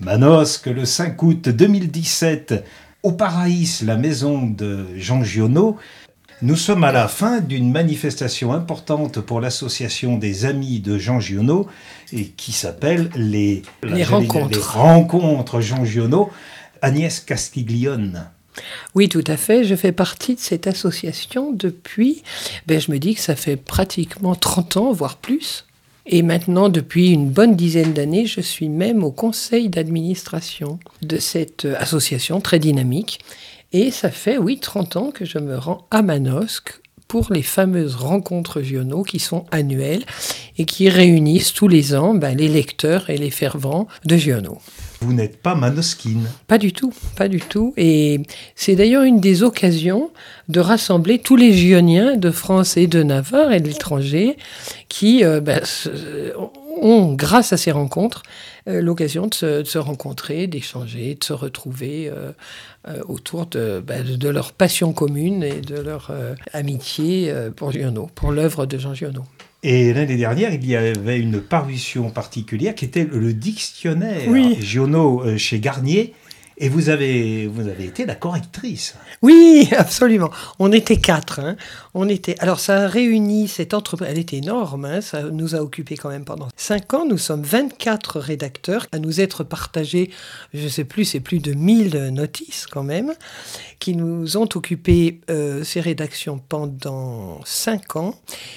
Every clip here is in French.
Manosque, le 5 août 2017, au Paraïs, la maison de Jean Giono. Nous sommes à la fin d'une manifestation importante pour l'association des amis de Jean Giono et qui s'appelle les rencontres Jean Giono. Agnès Castiglione. Oui, tout à fait. Je fais partie de cette association depuis, je me dis que ça fait pratiquement 30 ans, voire plus. Et maintenant, depuis une bonne dizaine d'années, je suis même au conseil d'administration de cette association très dynamique. Et ça fait, 30 ans que je me rends à Manosque pour les fameuses rencontres Giono qui sont annuelles et qui réunissent tous les ans les lecteurs et les fervents de Giono. Vous n'êtes pas manosquine. Pas du tout. Et c'est d'ailleurs une des occasions de rassembler tous les Gioniens de France et de Navarre et de l'étranger qui ont, grâce à ces rencontres, l'occasion de se rencontrer, d'échanger, de se retrouver autour de leur passion commune et de leur amitié pour Giono, pour l'œuvre de Jean Giono. Et l'année dernière, il y avait une parution particulière qui était le dictionnaire Giono chez Garnier. Et vous avez été la correctrice. Oui, absolument. On était 4. Alors, ça a réuni cette entreprise. Elle était énorme. Ça nous a occupés quand même pendant 5 ans. Nous sommes 24 rédacteurs à nous être partagés, je ne sais plus, c'est plus de 1000 notices quand même, qui nous ont occupés ces rédactions pendant 5 ans.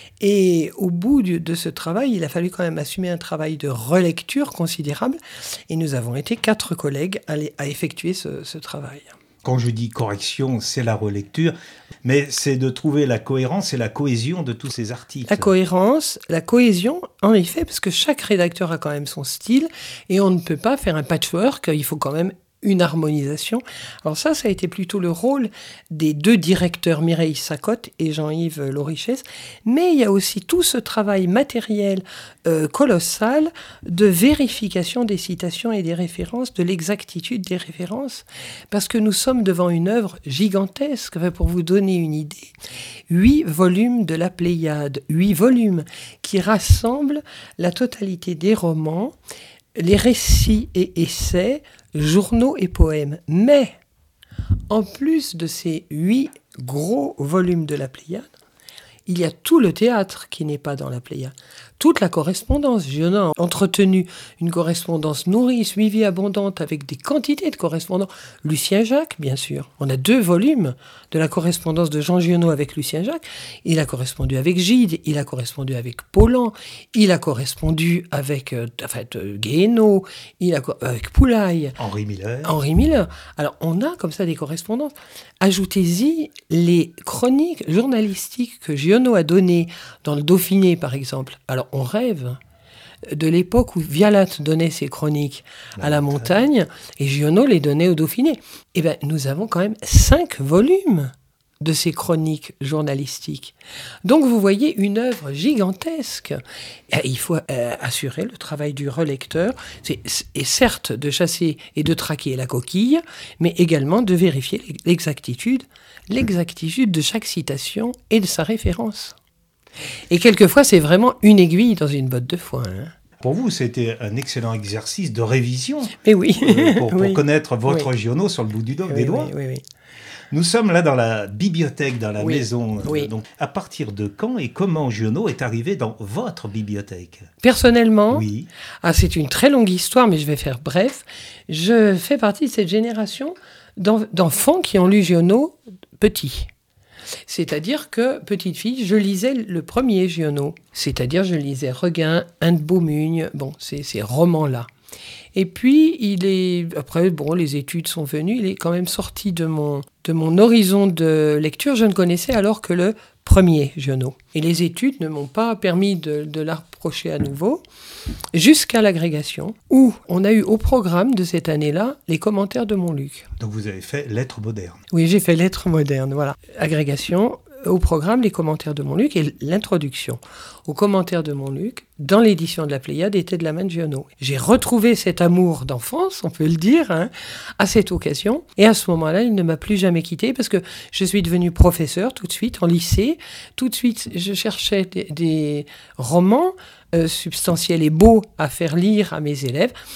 Et au bout de ce travail, il a fallu quand même assumer un travail de relecture considérable. Et nous avons été 4 collègues à effectuer ce travail. Quand je dis correction, c'est la relecture, mais c'est de trouver la cohérence et la cohésion de tous ces articles. La cohérence, la cohésion, en effet, parce que chaque rédacteur a quand même son style, et on ne peut pas faire un patchwork, il faut quand même une harmonisation. Alors ça a été plutôt le rôle des 2 directeurs, Mireille Sacotte et Jean-Yves Lorichès, mais il y a aussi tout ce travail matériel colossal de vérification des citations et des références, de l'exactitude des références, parce que nous sommes devant une œuvre gigantesque. Pour vous donner une idée, 8 volumes de la Pléiade, 8 volumes qui rassemblent la totalité des romans, les récits et essais, journaux et poèmes. Mais, en plus de ces 8 gros volumes de la Pléiade, il y a tout le théâtre qui n'est pas dans la Pléiade. Toute la correspondance. Giono a entretenu une correspondance nourrie, suivie, abondante, avec des quantités de correspondants. Lucien Jacques, bien sûr. On a 2 volumes de la correspondance de Jean Giono avec Lucien Jacques. Il a correspondu avec Gide, il a correspondu avec Paulan, il a correspondu avec Guéhenno, avec Poulaille. Henri Miller. Alors, on a comme ça des correspondances. Ajoutez-y les chroniques journalistiques que Giono a données dans le Dauphiné, par exemple. Alors, on rêve de l'époque où Vialat donnait ses chroniques à la montagne et Giono les donnait au Dauphiné. Nous avons quand même 5 volumes de ces chroniques journalistiques. Donc, vous voyez une œuvre gigantesque. Il faut assurer le travail du relecteur, et certes de chasser et de traquer la coquille, mais également de vérifier l'exactitude de chaque citation et de sa référence. Et quelquefois, c'est vraiment une aiguille dans une botte de foin. Pour vous, c'était un excellent exercice de révision. Mais oui. Pour connaître votre Giono sur le bout des doigts. Oui. Nous sommes là dans la bibliothèque, dans la maison. Oui. Donc, à partir de quand et comment Giono est arrivé dans votre bibliothèque ? Personnellement, oui. C'est une très longue histoire, mais je vais faire bref. Je fais partie de cette génération d'enfants qui ont lu Giono petit. C'est-à-dire que, petite fille, je lisais le premier Giono. C'est-à-dire, je lisais Regain, Inde Beaumugne, ces romans-là. Et puis, après, les études sont venues, il est quand même sorti de mon horizon de lecture. Je ne connaissais alors que le premier Giono. Et les études ne m'ont pas permis de la reprocher à nouveau, jusqu'à l'agrégation, où on a eu au programme de cette année-là les commentaires de Montluc. Donc vous avez fait lettres modernes. Oui, j'ai fait lettres modernes, voilà. Agrégation, au programme les commentaires de Montluc et l'introduction aux commentaires de Montluc dans l'édition de la Pléiade était de la main de Giono. J'ai retrouvé cet amour d'enfance, on peut le dire, à cette occasion. Et à ce moment-là, il ne m'a plus jamais quitté parce que je suis devenue professeure tout de suite en lycée. Tout de suite, je cherchais des romans substantiels et beaux à faire lire à mes élèves.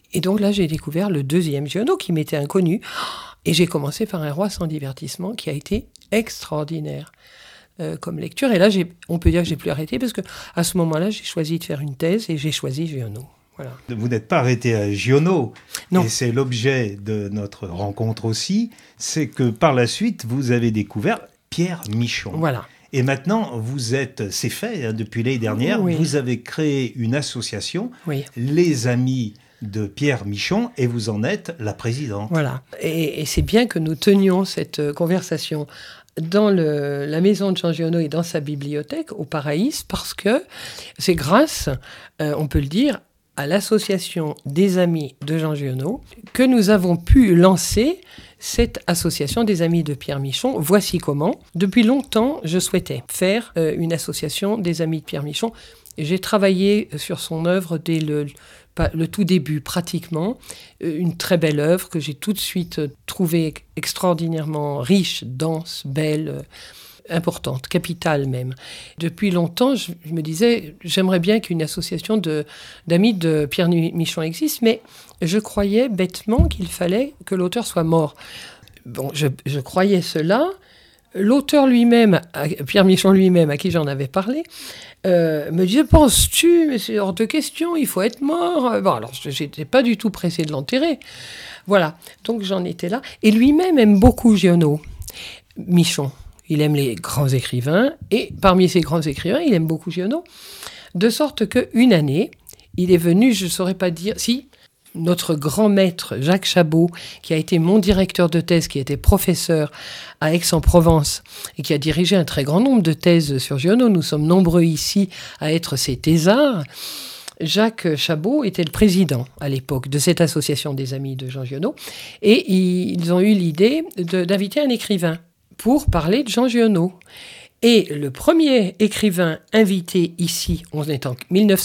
Et donc là, j'ai découvert le deuxième Giono qui m'était inconnu. Et j'ai commencé par Un roi sans divertissement qui a été extraordinaire comme lecture. Et là, on peut dire que j'ai plus arrêté parce que à ce moment-là, j'ai choisi de faire une thèse et j'ai choisi Giono. Voilà. Vous n'êtes pas arrêté à Giono. Non. Et c'est l'objet de notre rencontre aussi. C'est que par la suite, vous avez découvert Pierre Michon. Voilà. Et maintenant, c'est fait, depuis l'année dernière, oui. Vous avez créé une association, oui. Les Amis de Pierre Michon, et vous en êtes la présidente. Voilà. Et c'est bien que nous tenions cette conversation dans la maison de Jean Giono et dans sa bibliothèque, au Paraïs, parce que c'est grâce, on peut le dire, à l'association des Amis de Jean Giono que nous avons pu lancer cette association des Amis de Pierre Michon. Voici comment. Depuis longtemps, je souhaitais faire une association des Amis de Pierre Michon. J'ai travaillé sur son œuvre dès le tout début, pratiquement. Une très belle œuvre que j'ai tout de suite trouvée extraordinairement riche, dense, belle, importante, capitale même. Depuis longtemps, je me disais, j'aimerais bien qu'une association d'amis de Pierre Michon existe, mais je croyais bêtement qu'il fallait que l'auteur soit mort. Bon, je croyais cela. L'auteur lui-même, Pierre Michon lui-même, à qui j'en avais parlé, me disait, penses-tu, mais c'est hors de question, il faut être mort. Bon, alors, j'étais pas du tout pressée de l'enterrer. Voilà, donc j'en étais là. Et lui-même aime beaucoup Giono, Michon. Il aime les grands écrivains, et parmi ces grands écrivains, il aime beaucoup Giono, de sorte qu'une année, il est venu, je ne saurais pas dire, si, notre grand maître Jacques Chabot, qui a été mon directeur de thèse, qui était professeur à Aix-en-Provence, et qui a dirigé un très grand nombre de thèses sur Giono, nous sommes nombreux ici à être ses thésards. Jacques Chabot était le président à l'époque de cette association des Amis de Jean Giono, et ils ont eu l'idée d'inviter un écrivain pour parler de Jean Giono. Et le premier écrivain invité ici, on est en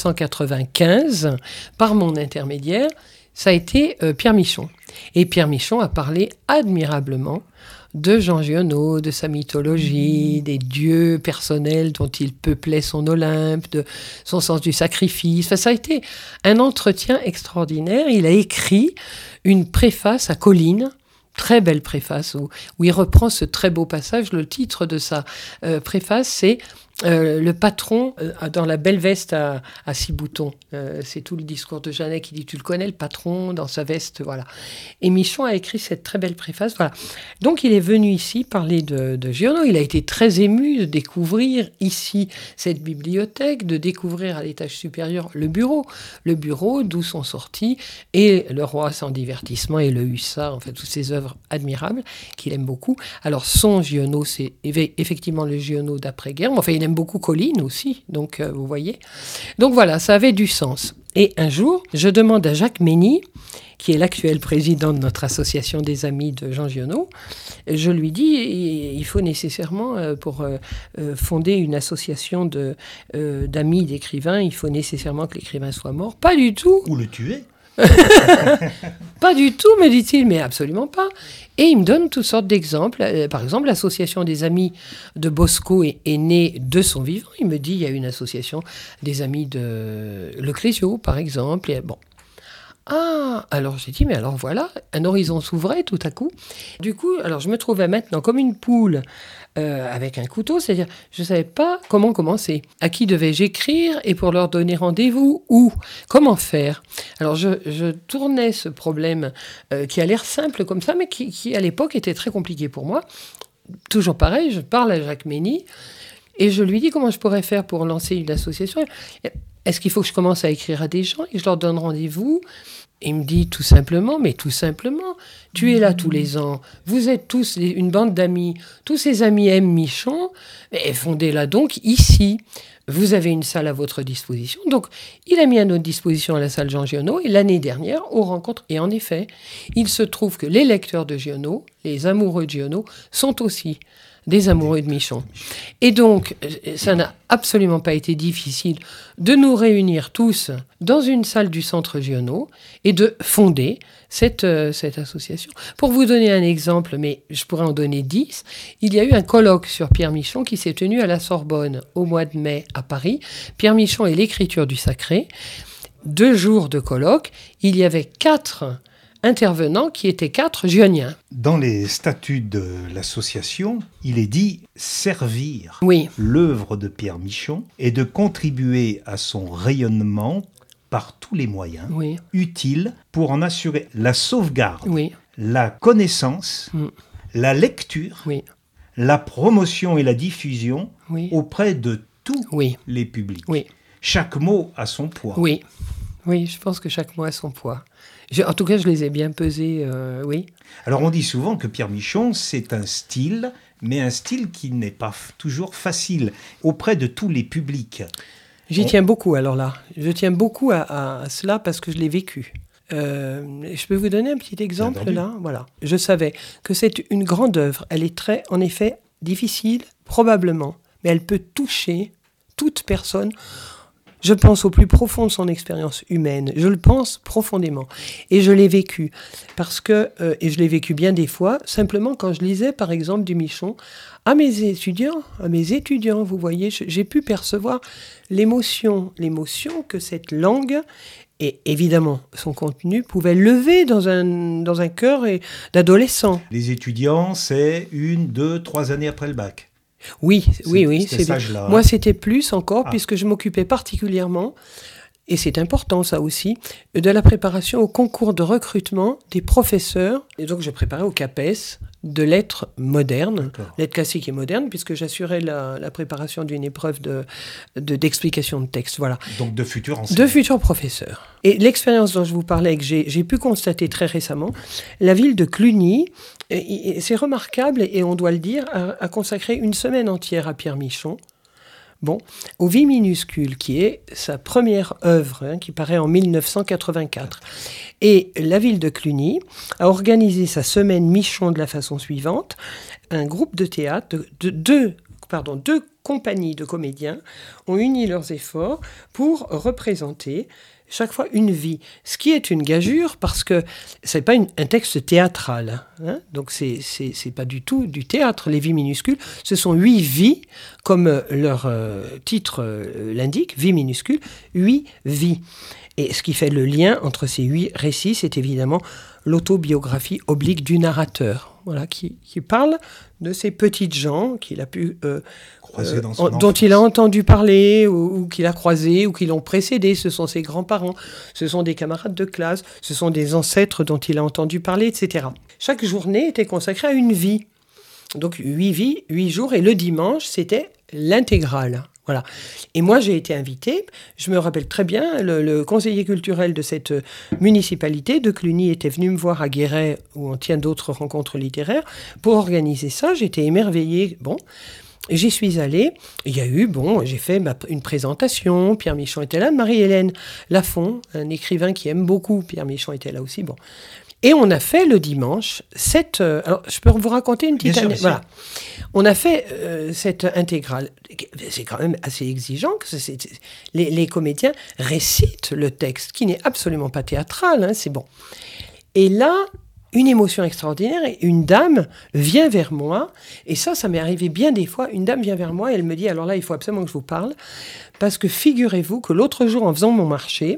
1995, par mon intermédiaire, ça a été Pierre Michon. Et Pierre Michon a parlé admirablement de Jean Giono, de sa mythologie, des dieux personnels dont il peuplait son Olympe, de son sens du sacrifice. Enfin, ça a été un entretien extraordinaire. Il a écrit une préface à Colline, très belle préface où il reprend ce très beau passage. Le titre de sa préface, c'est le patron dans la belle veste à 6 boutons. C'est tout le discours de Janet qui dit, tu le connais, le patron dans sa veste, voilà. Et Michon a écrit cette très belle préface, voilà. Donc il est venu ici parler de Giono. Il a été très ému de découvrir ici cette bibliothèque, de découvrir à l'étage supérieur le bureau d'où sont sortis et Le roi sans divertissement et Le Hussard, en fait, toutes ces œuvres admirables qu'il aime beaucoup. Alors son Giono, c'est effectivement le Giono d'après-guerre, mais enfin il aime beaucoup Colline aussi, donc vous voyez. Donc voilà, ça avait du sens. Et un jour, je demande à Jacques Mény, qui est l'actuel président de notre association des Amis de Jean Giono, je lui dis, il faut nécessairement, pour fonder une association d'amis d'écrivains, il faut nécessairement que l'écrivain soit mort. Pas du tout. Ou le tuer. Pas du tout, me dit-il, mais absolument pas. Et il me donne toutes sortes d'exemples. Par exemple, l'association des Amis de Bosco est née de son vivant. Il me dit, il y a une association des Amis de Le Clésio, par exemple. Et bon. Ah, alors j'ai dit, mais alors voilà, un horizon s'ouvrait tout à coup. Du coup, alors je me trouvais maintenant comme une poule avec un couteau, c'est-à-dire je ne savais pas comment commencer. À qui devais-je écrire et pour leur donner rendez-vous, où, comment faire. Alors je tournais ce problème qui a l'air simple comme ça, mais qui à l'époque était très compliqué pour moi. Toujours pareil, je parle à Jacques Mény et je lui dis comment je pourrais faire pour lancer une association. Est-ce qu'il faut que je commence à écrire à des gens et je leur donne rendez-vous ? Il me dit tout simplement, tu es là tous les ans, vous êtes tous une bande d'amis, tous ces amis aiment Michon, et fondez-la donc ici. Vous avez une salle à votre disposition. Donc, il a mis à notre disposition la salle Jean Giono, et l'année dernière, aux rencontres, et en effet, il se trouve que les lecteurs de Giono, les amoureux de Giono, sont aussi des amoureux de Michon. Et donc, ça n'a absolument pas été difficile de nous réunir tous dans une salle du Centre Giono et de fonder cette association. Pour vous donner un exemple, mais je pourrais en donner 10, il y a eu un colloque sur Pierre Michon qui s'est tenu à la Sorbonne au mois de mai à Paris. Pierre Michon et l'écriture du sacré. 2 jours de colloque, il y avait 4 intervenants qui étaient 4 gioniens. Dans les statuts de l'association, il est dit servir Oui, l'œuvre de Pierre Michon et de contribuer à son rayonnement par tous les moyens oui, utiles pour en assurer la sauvegarde, oui, la connaissance, la lecture, oui, la promotion et la diffusion oui, auprès de tous oui, les publics. oui, Chaque mot a son poids. oui. Oui, je pense que chaque mot a son poids. En tout cas, je les ai bien pesés, oui. Alors on dit souvent que Pierre Michon, c'est un style, mais un style qui n'est pas toujours facile auprès de tous les publics. J'y tiens beaucoup, alors là. Je tiens beaucoup à cela parce que je l'ai vécu. Je peux vous donner un petit exemple, là. Voilà. Je savais que c'est une grande œuvre. Elle est très, en effet, difficile, probablement, mais elle peut toucher toute personne. Je pense au plus profond de son expérience humaine. Je le pense profondément. Et je l'ai vécu. Parce que, et je l'ai vécu bien des fois, simplement quand je lisais, par exemple, du Michon, à mes étudiants, vous voyez, j'ai pu percevoir l'émotion que cette langue et évidemment son contenu pouvait lever dans un cœur d'adolescent. Les étudiants, c'est 1, 2, 3 années après le bac. Oui. C'est âge-là. Moi, c'était plus encore, puisque je m'occupais particulièrement, et c'est important ça aussi, de la préparation au concours de recrutement des professeurs. Et donc, je préparais au CAPES de lettres modernes, lettres classiques et modernes, puisque j'assurais la préparation d'une épreuve d'explication de texte. Voilà. Donc de futurs enseignants. De futurs professeurs. Et l'expérience dont je vous parlais, que j'ai pu constater très récemment, la ville de Cluny, c'est remarquable, et on doit le dire, a consacré une semaine entière à Pierre Michon. Bon, aux Vies minuscules, qui est sa première œuvre, qui paraît en 1984. Et la ville de Cluny a organisé sa semaine Michon de la façon suivante. Un groupe de théâtre, deux compagnies de comédiens ont uni leurs efforts pour représenter chaque fois une vie, ce qui est une gageure parce que c'est pas un texte théâtral, hein. Donc c'est pas du tout du théâtre. Les Vies minuscules, ce sont 8 vies, comme leur titre l'indique, Vies minuscules, 8 vies. Et ce qui fait le lien entre ces 8 récits, c'est évidemment l'autobiographie oblique du narrateur, voilà, qui parle de ces petites gens qu'il a pu dont il a entendu parler ou qu'il a croisés ou qui l'ont précédé. Ce sont ses grands-parents, ce sont des camarades de classe, ce sont des ancêtres dont il a entendu parler, etc. Chaque journée était consacrée à une vie. Donc 8 vies, 8 jours, et le dimanche, c'était l'intégrale. Voilà. Et moi, j'ai été invitée, je me rappelle très bien, le conseiller culturel de cette municipalité de Cluny était venu me voir à Guéret, où on tient d'autres rencontres littéraires, pour organiser ça. J'étais émerveillée. Bon, j'y suis allée. Il y a eu, j'ai fait une présentation. Pierre Michon était là. Marie-Hélène Lafont, un écrivain qui aime beaucoup Pierre Michon, était là aussi. Bon. Et on a fait le dimanche alors, je peux vous raconter une petite année. Voilà. On a fait cette intégrale. C'est quand même assez exigeant que les comédiens récitent le texte, qui n'est absolument pas théâtral, hein, c'est bon. Et là, une émotion extraordinaire, et une dame vient vers moi, et ça m'est arrivé bien des fois. Une dame vient vers moi et elle me dit, alors là, il faut absolument que je vous parle, parce que figurez-vous que l'autre jour, en faisant mon marché,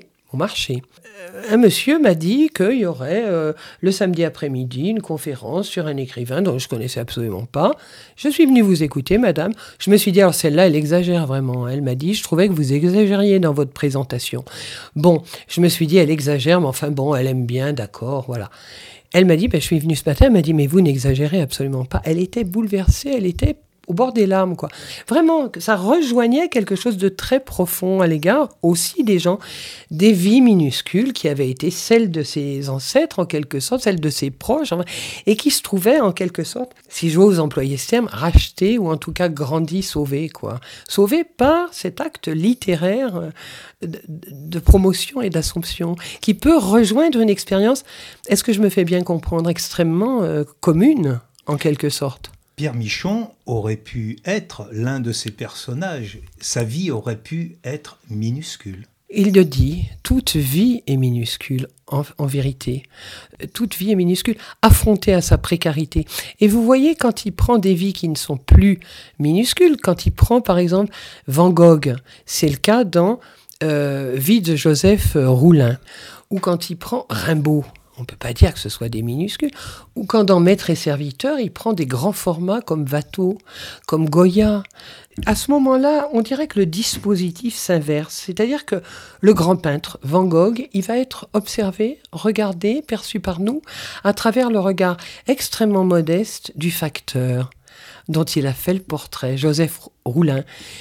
un monsieur m'a dit qu'il y aurait le samedi après-midi une conférence sur un écrivain dont je ne connaissais absolument pas. Je suis venue vous écouter, madame. Je me suis dit, alors celle-là, elle exagère vraiment. Elle m'a dit, je trouvais que vous exagériez dans votre présentation. Bon, je me suis dit, elle exagère, mais enfin bon, elle aime bien, d'accord, voilà. Elle m'a dit, je suis venue ce matin, elle m'a dit, mais vous n'exagérez absolument pas. Elle était bouleversée, elle était au bord des larmes, quoi. Vraiment, ça rejoignait quelque chose de très profond à l'égard aussi des gens, des vies minuscules qui avaient été celles de ses ancêtres, en quelque sorte, celles de ses proches, et qui se trouvaient, en quelque sorte, si j'ose employer ce terme, rachetés, ou en tout cas grandis, sauvés, quoi. Sauvés par cet acte littéraire de promotion et d'assomption, qui peut rejoindre une expérience, est-ce que je me fais bien comprendre, extrêmement commune, en quelque sorte. Pierre Michon aurait pu être l'un de ces personnages. Sa vie aurait pu être minuscule. Il le dit, toute vie est minuscule, en vérité. Toute vie est minuscule, affrontée à sa précarité. Et vous voyez, quand il prend des vies qui ne sont plus minuscules, quand il prend, par exemple, Van Gogh, c'est le cas dans vie de Joseph Roulin, ou quand il prend Rimbaud. On ne peut pas dire que ce soit des minuscules. Ou quand dans Maître et Serviteur, il prend des grands formats comme Watteau, comme Goya. À ce moment-là, on dirait que le dispositif s'inverse. C'est-à-dire que le grand peintre, Van Gogh, il va être observé, regardé, perçu par nous à travers le regard extrêmement modeste du facteur dont il a fait le portrait, Joseph Roulin.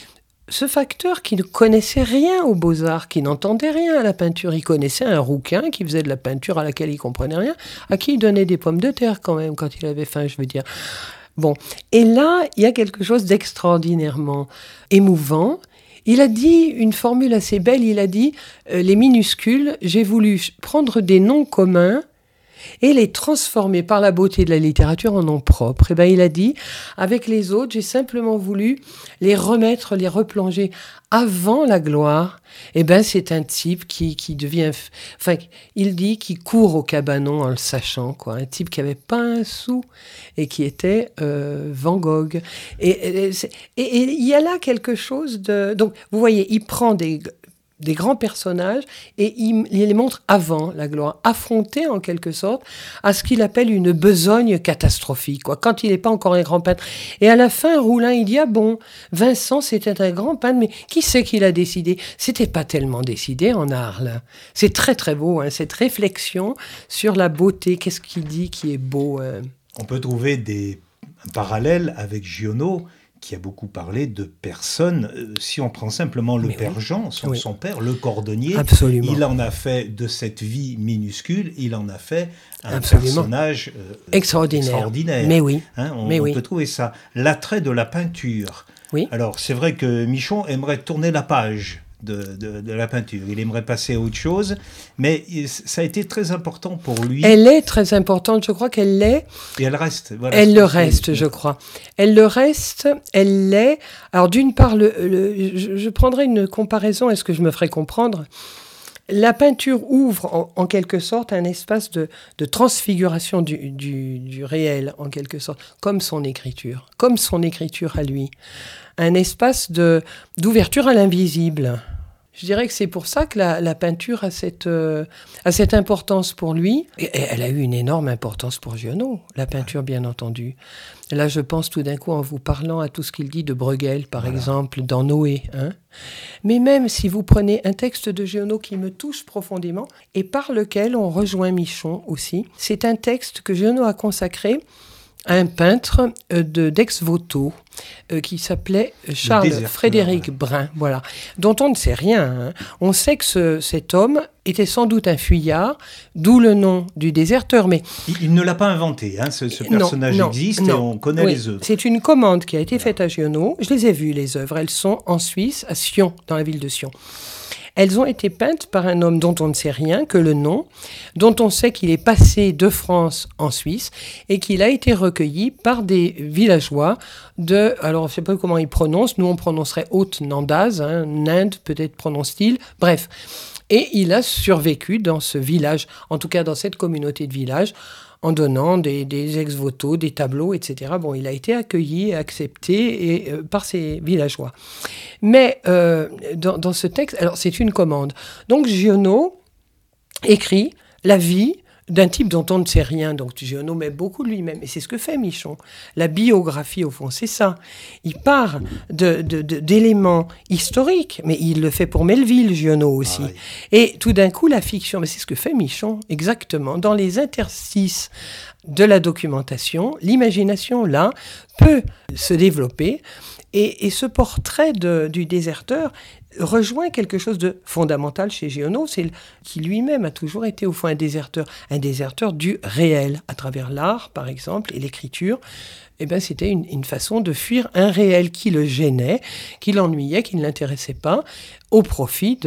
Ce facteur qui ne connaissait rien aux beaux-arts, qui n'entendait rien à la peinture, il connaissait un rouquin qui faisait de la peinture à laquelle il comprenait rien, à qui il donnait des pommes de terre quand même quand il avait faim, je veux dire. Bon, et là, il y a quelque chose d'extraordinairement émouvant. Il a dit une formule assez belle, il a dit les minuscules, j'ai voulu prendre des noms communs et les transformer par la beauté de la littérature en nom propre. Et bien, il a dit, avec les autres, j'ai simplement voulu les remettre, les replonger avant la gloire. Et ben, c'est un type qui devient, enfin, il dit qu'il court au cabanon en le sachant, quoi. Un type qui avait pas un sou et qui était Van Gogh. Et il y a là quelque chose de, donc, vous voyez, il prend des grands personnages et il les montre avant la gloire, affrontés en quelque sorte à ce qu'il appelle une besogne catastrophique, quoi, quand il n'est pas encore un grand peintre. Et à la fin, Roulin, il dit, ah bon, Vincent, c'était un grand peintre, mais qui c'est qui l'a décidé ? C'était pas tellement décidé en art, là. C'est très très beau, hein, cette réflexion sur la beauté, qu'est-ce qu'il dit qui est beau. On peut trouver un parallèle avec Giono, qui a beaucoup parlé de personnes. Si on prend simplement le père Jean, son père, le cordonnier, absolument, il en a fait de cette vie minuscule, il en a fait un personnage extraordinaire. Mais oui. Hein, on peut trouver ça. L'attrait de la peinture. Oui. Alors, c'est vrai que Michon aimerait tourner la page de la peinture. Il aimerait passer à autre chose, mais ça a été très important pour lui. Elle est très importante, je crois qu'elle l'est. Et elle reste. Voilà, elle le reste, je crois. Elle le reste, elle l'est. Alors d'une part, je prendrai une comparaison, est-ce que je me ferai comprendre ? La peinture ouvre en quelque sorte un espace de transfiguration du réel, en quelque sorte, comme son écriture à lui. Un espace d'ouverture à l'invisible. Je dirais que c'est pour ça que la peinture a cette importance pour lui. Et elle a eu une énorme importance pour Giono, la peinture bien entendu. Là, je pense tout d'un coup, en vous parlant à tout ce qu'il dit de Bruegel, par exemple, dans Noé. Hein. Mais même si vous prenez un texte de Giono qui me touche profondément, et par lequel on rejoint Michon aussi, c'est un texte que Giono a consacré à un peintre d'Ex-Voto qui s'appelait Charles Frédéric Brun, voilà, dont on ne sait rien. Hein. On sait que cet homme était sans doute un fuyard, d'où le nom du déserteur. Mais il ne l'a pas inventé, hein, ce personnage existe et on connaît les œuvres. C'est une commande qui a été faite à Giono. Je les ai vues, les œuvres. Elles sont en Suisse, à Sion, dans la ville de Sion. Elles ont été peintes par un homme dont on ne sait rien que le nom, dont on sait qu'il est passé de France en Suisse et qu'il a été recueilli par des villageois alors je ne sais pas comment ils prononcent, nous on prononcerait Haute-Nandaz, hein, Ninde peut-être prononce-t-il, bref. Et il a survécu dans ce village, en tout cas dans cette communauté de village, en donnant des ex-voto, des tableaux, etc. Bon, il a été accueilli, accepté par ces villageois. Mais dans ce texte, alors c'est une commande. Donc Giono écrit la vie d'un type dont on ne sait rien. Donc Giono met beaucoup de lui-même. Et c'est ce que fait Michon. La biographie, au fond, c'est ça. Il part d'éléments historiques, mais il le fait pour Melville, Giono aussi. Ah oui. Et tout d'un coup, la fiction, mais c'est ce que fait Michon, exactement. Dans les interstices de la documentation, l'imagination, là, peut se développer. Et ce portrait du déserteur rejoint quelque chose de fondamental chez Giono, qui lui-même a toujours été au fond un déserteur du réel, à travers l'art, par exemple, et l'écriture. Eh ben, c'était une façon de fuir un réel qui le gênait, qui l'ennuyait, qui ne l'intéressait pas, au profit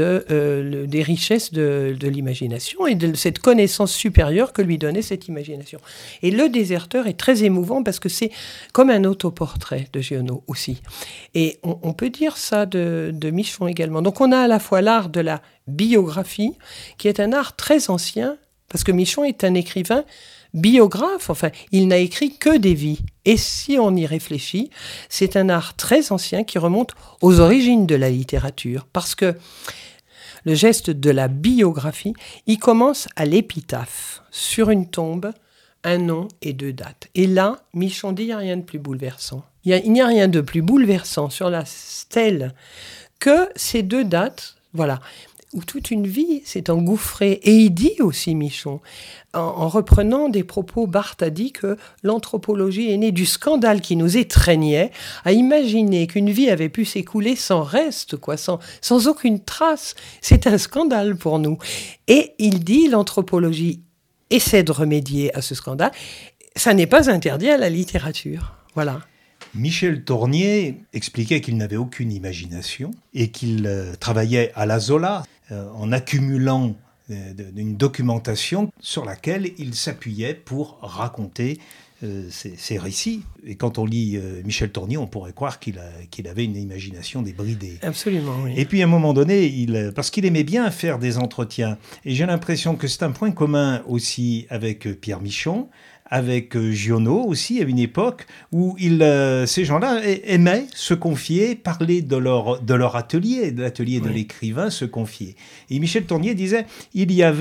des richesses de l'imagination et de cette connaissance supérieure que lui donnait cette imagination. Et le déserteur est très émouvant parce que c'est comme un autoportrait de Giono aussi. Et on peut dire ça de Michon également. Donc on a à la fois l'art de la biographie, qui est un art très ancien, parce que Michon est un écrivain biographe, enfin, il n'a écrit que des vies. Et si on y réfléchit, c'est un art très ancien qui remonte aux origines de la littérature. Parce que le geste de la biographie, il commence à l'épitaphe, sur une tombe, un nom et 2 dates. Et là, Michon dit, il n'y a rien de plus bouleversant. Il n'y a rien de plus bouleversant sur la stèle que ces 2 dates, voilà, où toute une vie s'est engouffrée. Et il dit aussi, Michon, en reprenant des propos, Barthes a dit que l'anthropologie est née du scandale qui nous étreignait, à imaginer qu'une vie avait pu s'écouler sans reste, sans aucune trace. C'est un scandale pour nous. Et il dit, l'anthropologie essaie de remédier à ce scandale. Ça n'est pas interdit à la littérature. Voilà. Michel Tournier expliquait qu'il n'avait aucune imagination et qu'il travaillait à la Zola en accumulant une documentation sur laquelle il s'appuyait pour raconter ces récits. Et quand on lit Michel Tournier, on pourrait croire qu'il avait une imagination débridée. Absolument, oui. Et puis à un moment donné, parce qu'il aimait bien faire des entretiens, et j'ai l'impression que c'est un point commun aussi avec Pierre Michon, avec Giono aussi, à une époque où ces gens-là aimaient se confier, parler de leur atelier, de l'atelier de l'écrivain, se confier. Et Michel Tournier disait, il y a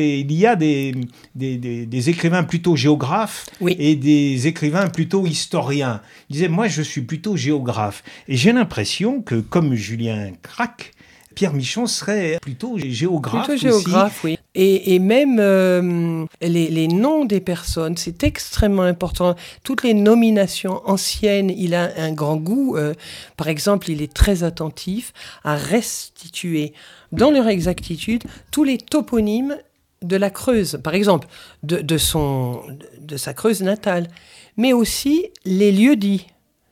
des écrivains plutôt géographes et des écrivains plutôt historiens. Il disait, moi je suis plutôt géographe. Et j'ai l'impression que, comme Julien Gracq, Pierre Michon serait plutôt géographe aussi. Plutôt géographe, oui. Et même les noms des personnes, c'est extrêmement important. Toutes les nominations anciennes, il a un grand goût. Par exemple, il est très attentif à restituer dans leur exactitude tous les toponymes de la Creuse, par exemple, de sa Creuse natale, mais aussi les lieux-dits.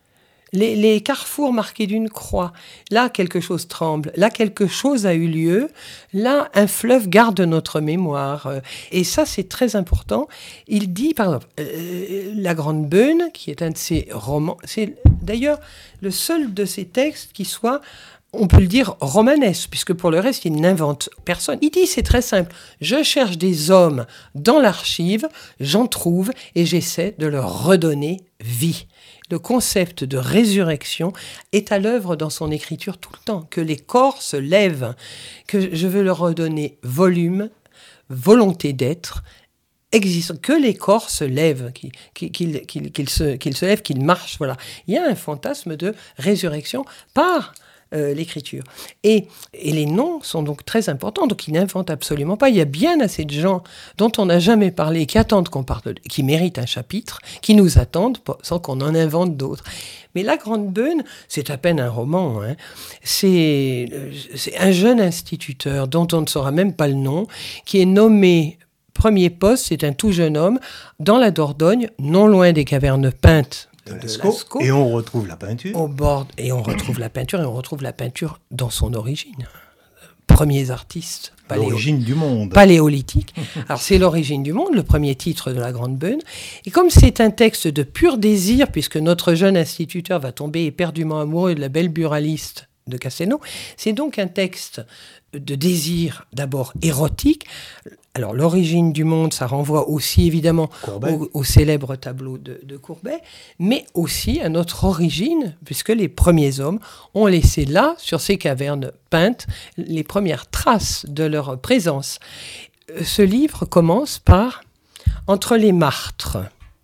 Les carrefours marqués d'une croix. Là, quelque chose tremble. Là, quelque chose a eu lieu. Là, un fleuve garde notre mémoire. Et ça, c'est très important. Il dit, par exemple, La Grande Beune, qui est un de ses romans, c'est d'ailleurs le seul de ses textes qui soit, on peut le dire, romanesque, puisque pour le reste, il n'invente personne. Il dit, c'est très simple, je cherche des hommes dans l'archive, j'en trouve, et j'essaie de leur redonner vie. Le concept de résurrection est à l'œuvre dans son écriture tout le temps, que les corps se lèvent, que je veux leur redonner volume, volonté d'être, existe, que les corps se lèvent, qu'ils se lèvent, qu'ils marchent, voilà. Il y a un fantasme de résurrection par l'écriture. Et les noms sont donc très importants, donc ils n'inventent absolument pas. Il y a bien assez de gens dont on n'a jamais parlé, qui attendent qu'on parle, qui méritent un chapitre, qui nous attendent sans qu'on en invente d'autres. Mais La Grande Beune, c'est à peine un roman. Hein. C'est un jeune instituteur dont on ne saura même pas le nom, qui est nommé premier poste, c'est un tout jeune homme, dans la Dordogne, non loin des cavernes peintes de Lascaux. Et on retrouve la peinture. Au bord, et on retrouve la peinture dans son origine. Premiers artistes. L'origine du monde. Paléolithique. Alors c'est l'origine du monde, le premier titre de La Grande Beune. Et comme c'est un texte de pur désir, puisque notre jeune instituteur va tomber éperdument amoureux de la belle buraliste de Castelnau, c'est donc un texte de désir d'abord érotique. Alors l'origine du monde, ça renvoie aussi évidemment au célèbre tableau de Courbet, mais aussi à notre origine, puisque les premiers hommes ont laissé là, sur ces cavernes peintes, les premières traces de leur présence. Ce livre commence par « Entre les Martres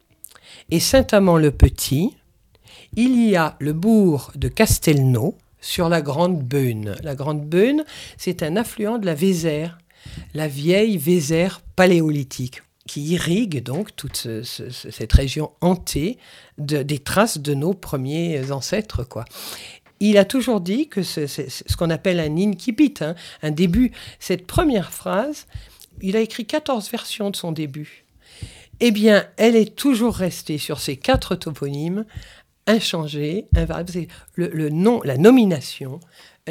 et Saint-Amand-le-Petit, il y a le bourg de Castelnau, sur la Grande Beune. La Grande Beune, c'est un affluent de la Vézère, la vieille Vézère paléolithique, qui irrigue donc toute cette région hantée des traces de nos premiers ancêtres, quoi. Il a toujours dit que c'est ce qu'on appelle un incipit, hein, un début. Cette première phrase, il a écrit 14 versions de son début. Eh bien, elle est toujours restée sur ces 4 toponymes, inchangé, invariable. C'est le nom, la nomination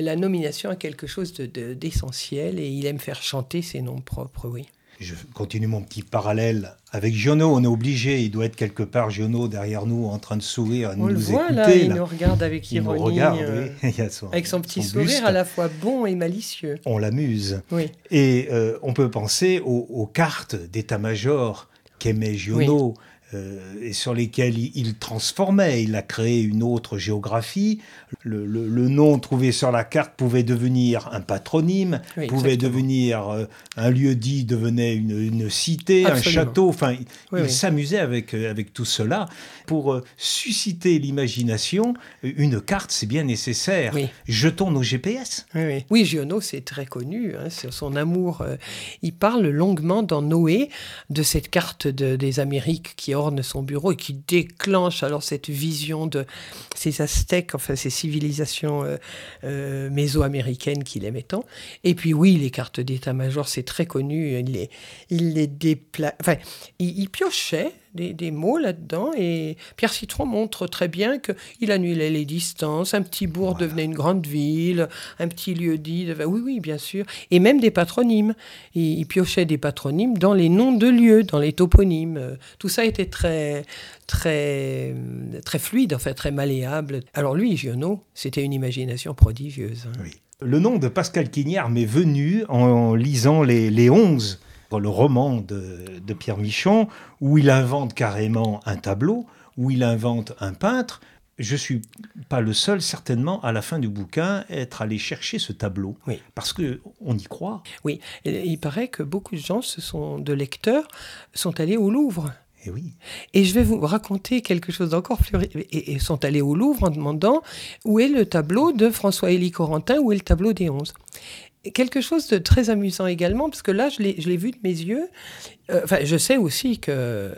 a quelque chose d'essentiel et il aime faire chanter ses noms propres, oui. Je continue mon petit parallèle avec Giono. On est obligé, il doit être quelque part, Giono, derrière nous, en train de sourire, nous écouter. Là, il nous regarde avec ironie, oui. avec son petit sourire à la fois bon et malicieux. On l'amuse. Oui. Et on peut penser aux cartes d'état-major qu'aimait Giono. Oui. et sur lesquels il transformait. Il a créé une autre géographie. Le nom trouvé sur la carte pouvait devenir un patronyme, pouvait devenir un lieu-dit, devenait une cité, absolument. Un château. Enfin, il s'amusait avec tout cela. Pour susciter l'imagination, une carte, c'est bien nécessaire. Jetons nos GPS. Oui, Giono, c'est très connu. C'est son amour. Il parle longuement dans Noé de cette carte des Amériques qui orne son bureau et qui déclenche alors cette vision de ces Aztèques, enfin ces civilisations mésoaméricaines qu'il aimait tant. Et puis les cartes d'état-major, c'est très connu. Il piochait des mots là-dedans, et Pierre Citron montre très bien qu'il annulait les distances, un petit bourg devenait une grande ville, un petit lieu-dit, oui, bien sûr, et même des patronymes. Il piochait des patronymes dans les noms de lieux, dans les toponymes. Tout ça était très, très, très fluide, enfin très malléable. Alors lui, Giono, c'était une imagination prodigieuse. Oui. Le nom de Pascal Quignard m'est venu en lisant les 11, le roman de Pierre Michon, où il invente carrément un tableau, où il invente un peintre. Je ne suis pas le seul, certainement, à la fin du bouquin, être allé chercher ce tableau, parce qu'on y croit. Oui, il paraît que beaucoup de gens, de lecteurs, sont allés au Louvre. Et je vais vous raconter quelque chose d'encore plus... Et sont allés au Louvre en demandant où est le tableau de François-Élie Corentin, où est le tableau des 11. Quelque chose de très amusant également, parce que là, je l'ai vu de mes yeux. Je sais aussi que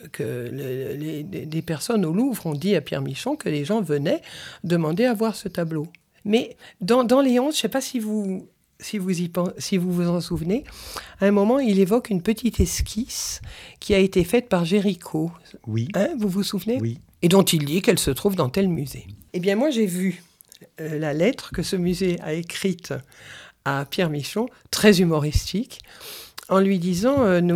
des personnes au Louvre ont dit à Pierre Michon que les gens venaient demander à voir ce tableau. Mais dans les 11, je ne sais pas si vous vous en souvenez, à un moment, il évoque une petite esquisse qui a été faite par Géricault. Oui. Vous vous souvenez ? Oui. Et dont il dit qu'elle se trouve dans tel musée. Eh bien, moi, j'ai vu la lettre que ce musée a écrite à Pierre Michon, très humoristique, en lui disant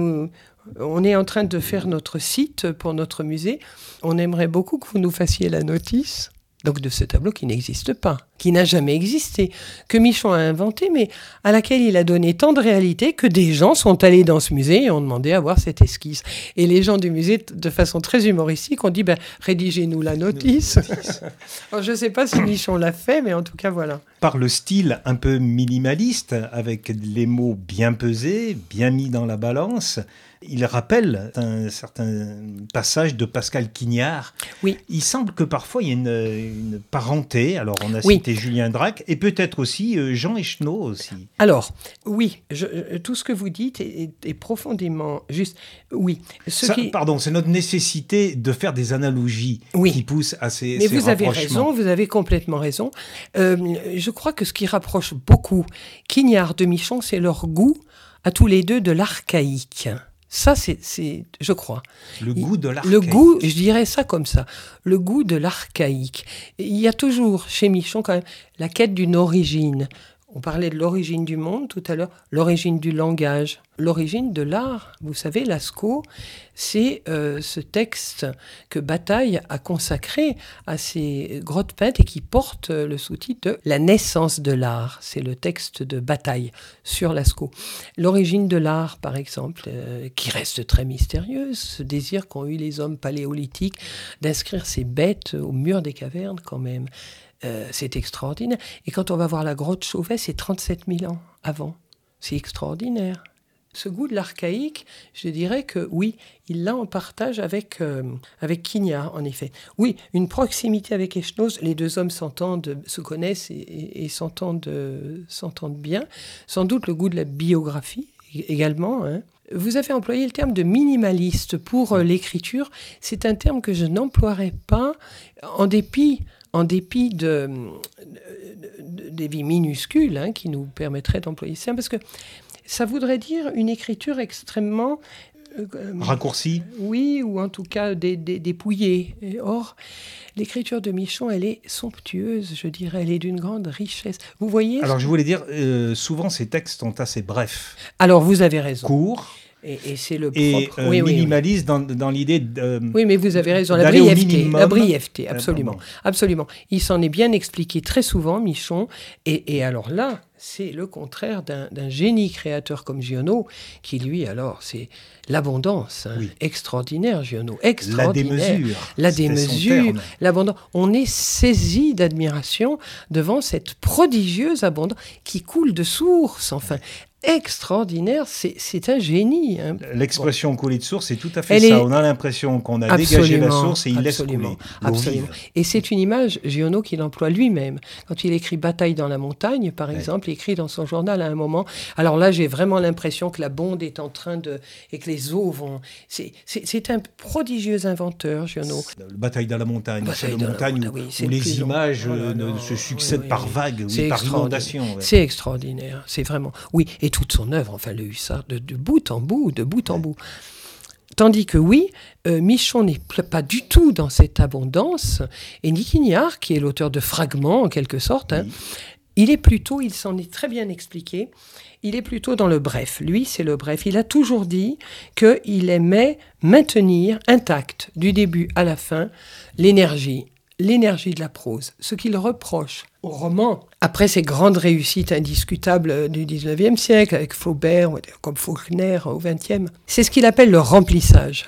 on est en train de faire notre site pour notre musée, on aimerait beaucoup que vous nous fassiez la notice, donc de ce tableau qui n'existe pas, qui n'a jamais existé, que Michon a inventé, mais à laquelle il a donné tant de réalité que des gens sont allés dans ce musée et ont demandé à voir cette esquisse. Et les gens du musée, de façon très humoristique, ont dit rédigez-nous la notice. Alors, je ne sais pas si Michon l'a fait, mais en tout cas, voilà. Par le style un peu minimaliste, avec les mots bien pesés, bien mis dans la balance, il rappelle un certain passage de Pascal Quignard. Oui. Il semble que parfois il y a une parenté. Alors on a cité Julien Drac et peut-être aussi Jean Echenot aussi. Alors oui, tout ce que vous dites est profondément juste. Oui. Pardon, c'est notre nécessité de faire des analogies qui poussent à ces Mais vous avez rapprochements. raison, vous avez complètement raison. Je crois que ce qui rapproche beaucoup Quignard de Michon, c'est leur goût à tous les deux de l'archaïque. Ça, c'est, je crois. Le goût de l'archaïque. Le goût, je dirais ça comme ça, le goût de l'archaïque. Il y a toujours, chez Michon, quand même, la quête d'une origine. On parlait de l'origine du monde tout à l'heure, l'origine du langage, l'origine de l'art. Vous savez, Lascaux, c'est ce texte que Bataille a consacré à ces grottes peintes et qui porte le sous-titre de « La naissance de l'art ». C'est le texte de Bataille sur Lascaux. L'origine de l'art, par exemple, qui reste très mystérieuse, ce désir qu'ont eu les hommes paléolithiques d'inscrire ces bêtes au mur des cavernes quand même. C'est extraordinaire. Et quand on va voir la grotte Chauvet, c'est 37 000 ans avant. C'est extraordinaire. Ce goût de l'archaïque, je dirais que oui, il l'a en partage avec Quignard, en effet. Oui, une proximité avec Echenoz, les deux hommes se connaissent et s'entendent bien. Sans doute le goût de la biographie également. Vous avez employé le terme de minimaliste pour l'écriture. C'est un terme que je n'emploierais pas en dépit des vies minuscules qui nous permettraient d'employer ça, parce que ça voudrait dire une écriture extrêmement... raccourcie. Oui, ou en tout cas dépouillée. Or, l'écriture de Michon, elle est somptueuse, je dirais, elle est d'une grande richesse. Vous voyez... Alors, je voulais dire, souvent, ces textes sont assez brefs. Alors, vous avez raison. Courts. Et c'est le propre. Minimaliste dans l'idée de. Oui, mais vous avez raison. La brièveté, absolument. Absolument. Il s'en est bien expliqué très souvent, Michon. Et alors là, c'est le contraire d'un génie créateur comme Giono, qui lui, alors, c'est l'abondance, hein, extraordinaire, Giono, extraordinaire. La démesure, l'abondance. On est saisi d'admiration devant cette prodigieuse abondance qui coule de source, enfin, extraordinaire, c'est un génie. Hein. L'expression couler de source, c'est tout à fait ça. On a l'impression qu'on a dégagé la source et il laisse couler. Absolument. Et c'est une image, Giono, qu'il emploie lui-même. Quand il écrit Bataille dans la montagne, par exemple, il écrit dans son journal à un moment, alors là, j'ai vraiment l'impression que la bonde est en train de... et que les eaux vont... C'est un prodigieux inventeur, Giono. Bataille dans la montagne, c'est une montagne où les images se succèdent par vagues, par inondation. C'est extraordinaire, c'est vraiment... Oui, et toute son œuvre, enfin le Hussard, de bout en bout, Tandis que Michon n'est pas du tout dans cette abondance, et Nicky Niard, qui est l'auteur de Fragments, en quelque sorte, hein, il s'en est très bien expliqué, il est plutôt dans le bref. Lui, c'est le bref. Il a toujours dit qu'il aimait maintenir intacte, du début à la fin, l'énergie de la prose, ce qu'il reproche au roman, après ces grandes réussites indiscutables du 19e siècle, avec Flaubert, comme Faulkner au 20e, c'est ce qu'il appelle le remplissage,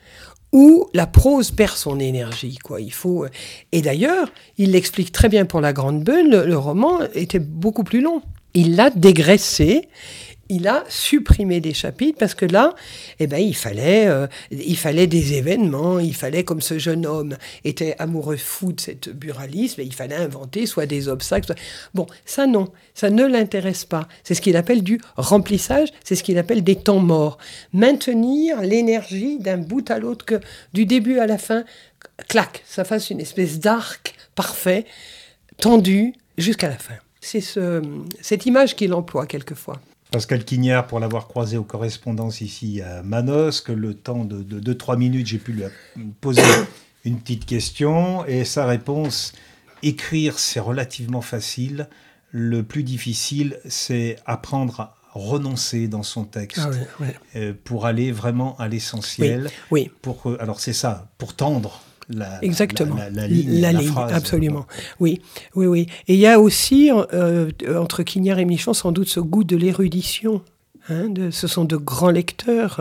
où la prose perd son énergie, quoi. Et d'ailleurs, il l'explique très bien pour La Grande Beune, le roman était beaucoup plus long. Il l'a dégraissé, il a supprimé des chapitres parce que là, il fallait des événements, il fallait, comme ce jeune homme était amoureux fou de cette buraliste, il fallait inventer soit des obstacles. Bon, ça non, ça ne l'intéresse pas. C'est ce qu'il appelle du remplissage, c'est ce qu'il appelle des temps morts. Maintenir l'énergie d'un bout à l'autre, que du début à la fin, clac, ça fasse une espèce d'arc parfait, tendu jusqu'à la fin. C'est cette image qu'il emploie quelquefois. Pascal Quignard, pour l'avoir croisé aux correspondances ici à Manosque, le temps de 2-3 minutes, j'ai pu lui poser une petite question et sa réponse, écrire c'est relativement facile, le plus difficile c'est apprendre à renoncer dans son texte pour aller vraiment à l'essentiel. Oui. Alors c'est ça, pour tendre. Exactement. La ligne, la phrase. Absolument. Oui. Et il y a aussi, entre Quignard et Michon, sans doute ce goût de l'érudition. Hein, ce sont de grands lecteurs,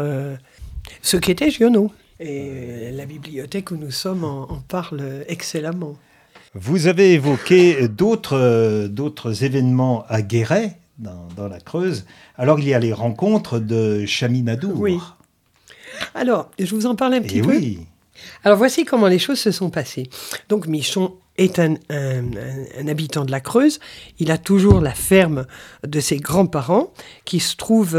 ce qu'était Giono. Et la bibliothèque où nous sommes en parle excellemment. Vous avez évoqué d'autres événements à Guéret, dans la Creuse. Alors, il y a les rencontres de Chaminadour. Oui. Alors, je vous en parle un petit peu. Oui. Alors voici comment les choses se sont passées. Donc Michon est un habitant de la Creuse. Il a toujours la ferme de ses grands-parents qui se trouve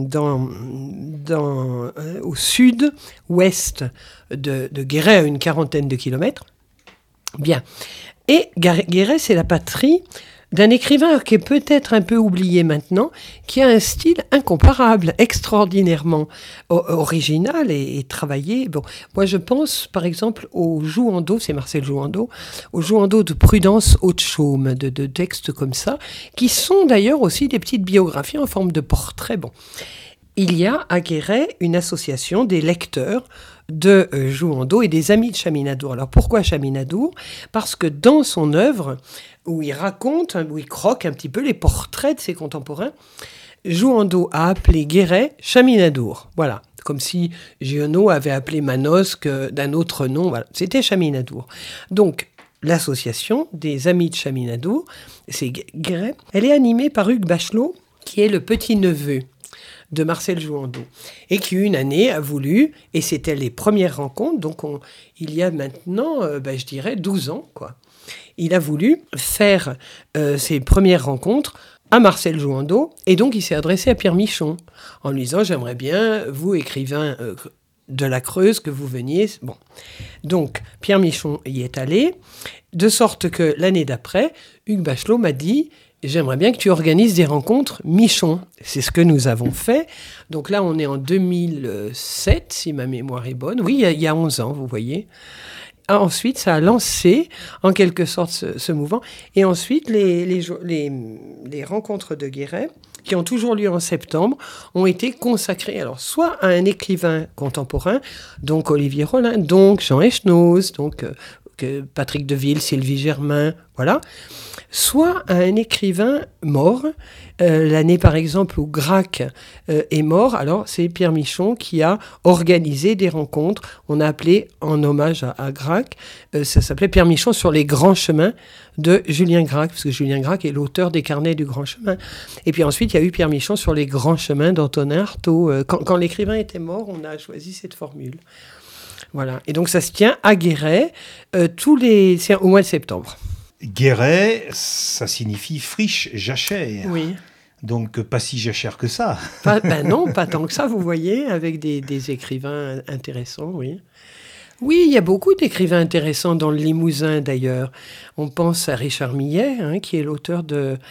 au sud-ouest de Guéret, à une quarantaine de kilomètres. Bien. Et Guéret, c'est la patrie d'un écrivain qui est peut-être un peu oublié maintenant, qui a un style incomparable, extraordinairement original et travaillé. Bon, moi, je pense, par exemple, au Jouhandeau, c'est Marcel Jouhandeau, au Jouhandeau de Prudence Haute-Chaume, de textes comme ça, qui sont d'ailleurs aussi des petites biographies en forme de portraits. Bon. Il y a à Guéret une association des lecteurs de Jouhandeau et des amis de Chaminadour. Alors pourquoi Chaminadour ? Parce que dans son œuvre, où il raconte, où il croque un petit peu les portraits de ses contemporains, Jouhandeau a appelé Guéret Chaminadour. Voilà, comme si Giono avait appelé Manosque d'un autre nom. Voilà. C'était Chaminadour. Donc, l'association des amis de Chaminadour, c'est Guéret, elle est animée par Hugues Bachelot, qui est le petit-neveu de Marcel Jouhandeau, et qui une année a voulu, et c'était les premières rencontres, donc il y a maintenant, je dirais, 12 ans, quoi. Il a voulu faire ses premières rencontres à Marcel Jouhandeau, et donc il s'est adressé à Pierre Michon, en lui disant « J'aimerais bien, vous, écrivain de la Creuse, que vous veniez... » Bon. Donc, Pierre Michon y est allé, de sorte que l'année d'après, Hugues Bachelot m'a dit « J'aimerais bien que tu organises des rencontres Michon. » C'est ce que nous avons fait. Donc là, on est en 2007, si ma mémoire est bonne. Oui, il y a 11 ans, vous voyez. Ensuite, ça a lancé, en quelque sorte, ce mouvement. Et ensuite, les rencontres de Guéret, qui ont toujours lieu en septembre, ont été consacrées, alors, soit à un écrivain contemporain, donc Olivier Rollin, donc Jean Echenoz, donc Patrick Deville, Sylvie Germain, voilà, soit à un écrivain mort. L'année, par exemple, où Gracq est mort, alors c'est Pierre Michon qui a organisé des rencontres. On a appelé, en hommage à Gracq, ça s'appelait Pierre Michon sur les grands chemins de Julien Gracq, parce que Julien Gracq est l'auteur des carnets du grand chemin. Et puis ensuite, il y a eu Pierre Michon sur les grands chemins d'Antonin Artaud. Quand l'écrivain était mort, on a choisi cette formule. Voilà. Et donc ça se tient à Guéret c'est au mois de septembre. Guéret, ça signifie friche jachère. Oui. Donc pas si jachère que ça. Non, pas tant que ça, vous voyez, avec des écrivains intéressants, oui. Oui, il y a beaucoup d'écrivains intéressants dans le Limousin, d'ailleurs. On pense à Richard Millet, qui est l'auteur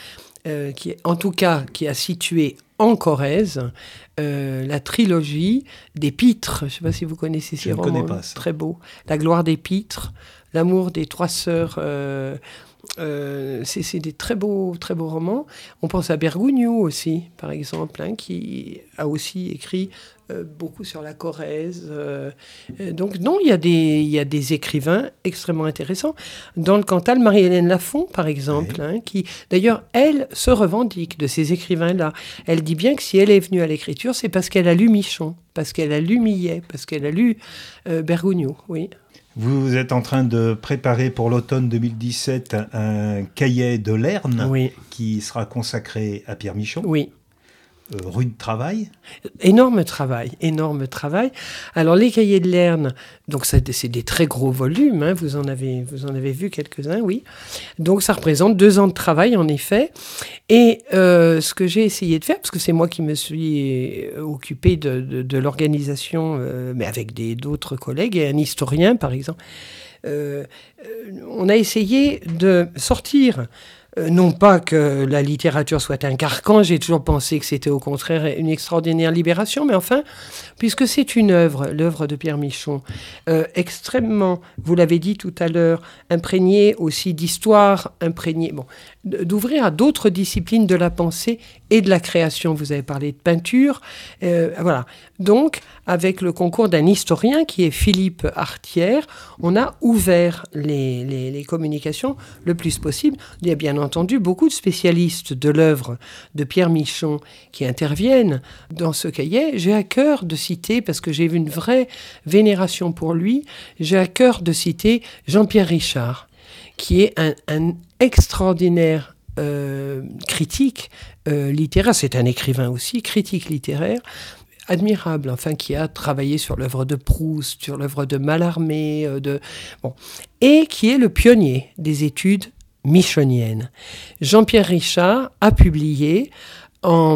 qui a situé en Corrèze la trilogie des Pitres. Je ne sais pas si vous connaissez ces romans. Je ne connais pas ça. Très beau. La gloire des Pitres, l'amour des trois sœurs. C'est des très beaux romans. On pense à Bergogneau aussi, par exemple, qui a aussi écrit beaucoup sur la Corrèze. Donc non, il y a des écrivains extrêmement intéressants. Dans le Cantal, Marie-Hélène Lafont, par exemple, qui d'ailleurs, elle se revendique de ces écrivains-là. Elle dit bien que si elle est venue à l'écriture, c'est parce qu'elle a lu Michon, parce qu'elle a lu Millet, parce qu'elle a lu Bergogneau, oui. Vous êtes en train de préparer pour l'automne 2017 un cahier de Lerne qui sera consacré à Pierre Michon. Oui. Rude travail. Énorme travail. Alors les cahiers de Lerne, donc c'est des très gros volumes, vous en avez vu quelques-uns, oui. Donc ça représente 2 ans de travail en effet. Et ce que j'ai essayé de faire, parce que c'est moi qui me suis occupé de l'organisation, mais avec d'autres collègues et un historien par exemple, on a essayé de sortir. Non pas que la littérature soit un carcan, j'ai toujours pensé que c'était au contraire une extraordinaire libération, mais enfin, puisque c'est l'œuvre de Pierre Michon, extrêmement, vous l'avez dit tout à l'heure, imprégnée aussi d'histoire, d'ouvrir à d'autres disciplines de la pensée et de la création. Vous avez parlé de peinture, voilà. Donc, avec le concours d'un historien qui est Philippe Artière, on a ouvert les communications le plus possible. Il y a bien entendu beaucoup de spécialistes de l'œuvre de Pierre Michon qui interviennent dans ce cahier. J'ai à cœur de citer, parce que j'ai eu une vraie vénération pour lui, j'ai à cœur de citer Jean-Pierre Richard, qui est un extraordinaire critique littéraire. C'est un écrivain aussi, critique littéraire, admirable, qui a travaillé sur l'œuvre de Proust, sur l'œuvre de Mallarmé, et qui est le pionnier des études michoniennes. Jean-Pierre Richard a publié en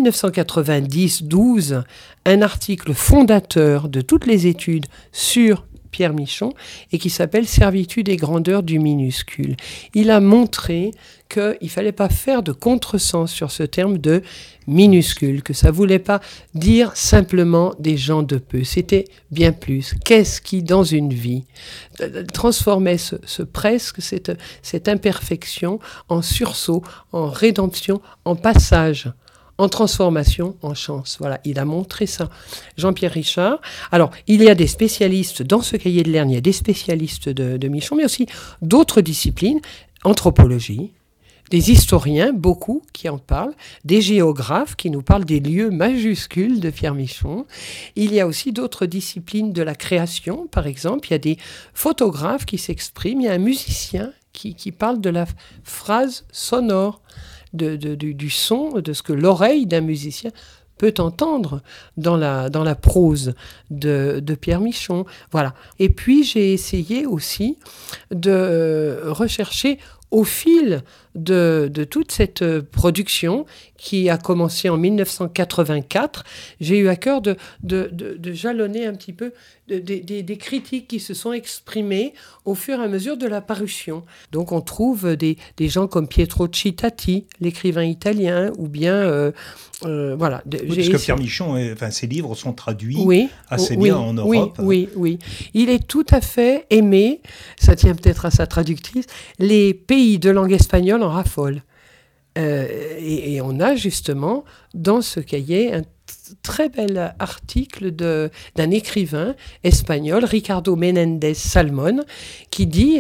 1990-12 un article fondateur de toutes les études sur Pierre Michon et qui s'appelle « Servitude et grandeur du minuscule ». Il a montré qu'il ne fallait pas faire de contresens sur ce terme de minuscule, que ça ne voulait pas dire simplement des gens de peu. C'était bien plus. Qu'est-ce qui, dans une vie, transformait ce presque, cette imperfection, en sursaut, en rédemption, en passage, en transformation, en chance. Voilà, il a montré ça. Jean-Pierre Richard. Alors, il y a des spécialistes, dans ce cahier de Lerne, il y a des spécialistes de Michon, mais aussi d'autres disciplines, anthropologie, des historiens, beaucoup, qui en parlent, des géographes qui nous parlent des lieux majuscules de Pierre Michon. Il y a aussi d'autres disciplines de la création, par exemple. Il y a des photographes qui s'expriment. Il y a un musicien qui parle de la phrase sonore, du son, de ce que l'oreille d'un musicien peut entendre dans la prose de Pierre Michon. Voilà. Et puis, j'ai essayé aussi de rechercher au fil de toute cette production qui a commencé en 1984, j'ai eu à cœur de jalonner un petit peu des critiques qui se sont exprimées au fur et à mesure de la parution. Donc on trouve des gens comme Pietro Cittati, l'écrivain italien, ou bien... voilà. Parce que Pierre Michon, ses livres sont traduits assez bien en Europe. Oui. Il est tout à fait aimé, ça tient peut-être à sa traductrice, les pays de langue espagnole en raffolent. Et on a justement dans ce cahier un très bel article d'un écrivain espagnol, Ricardo Menéndez Salmón, qui dit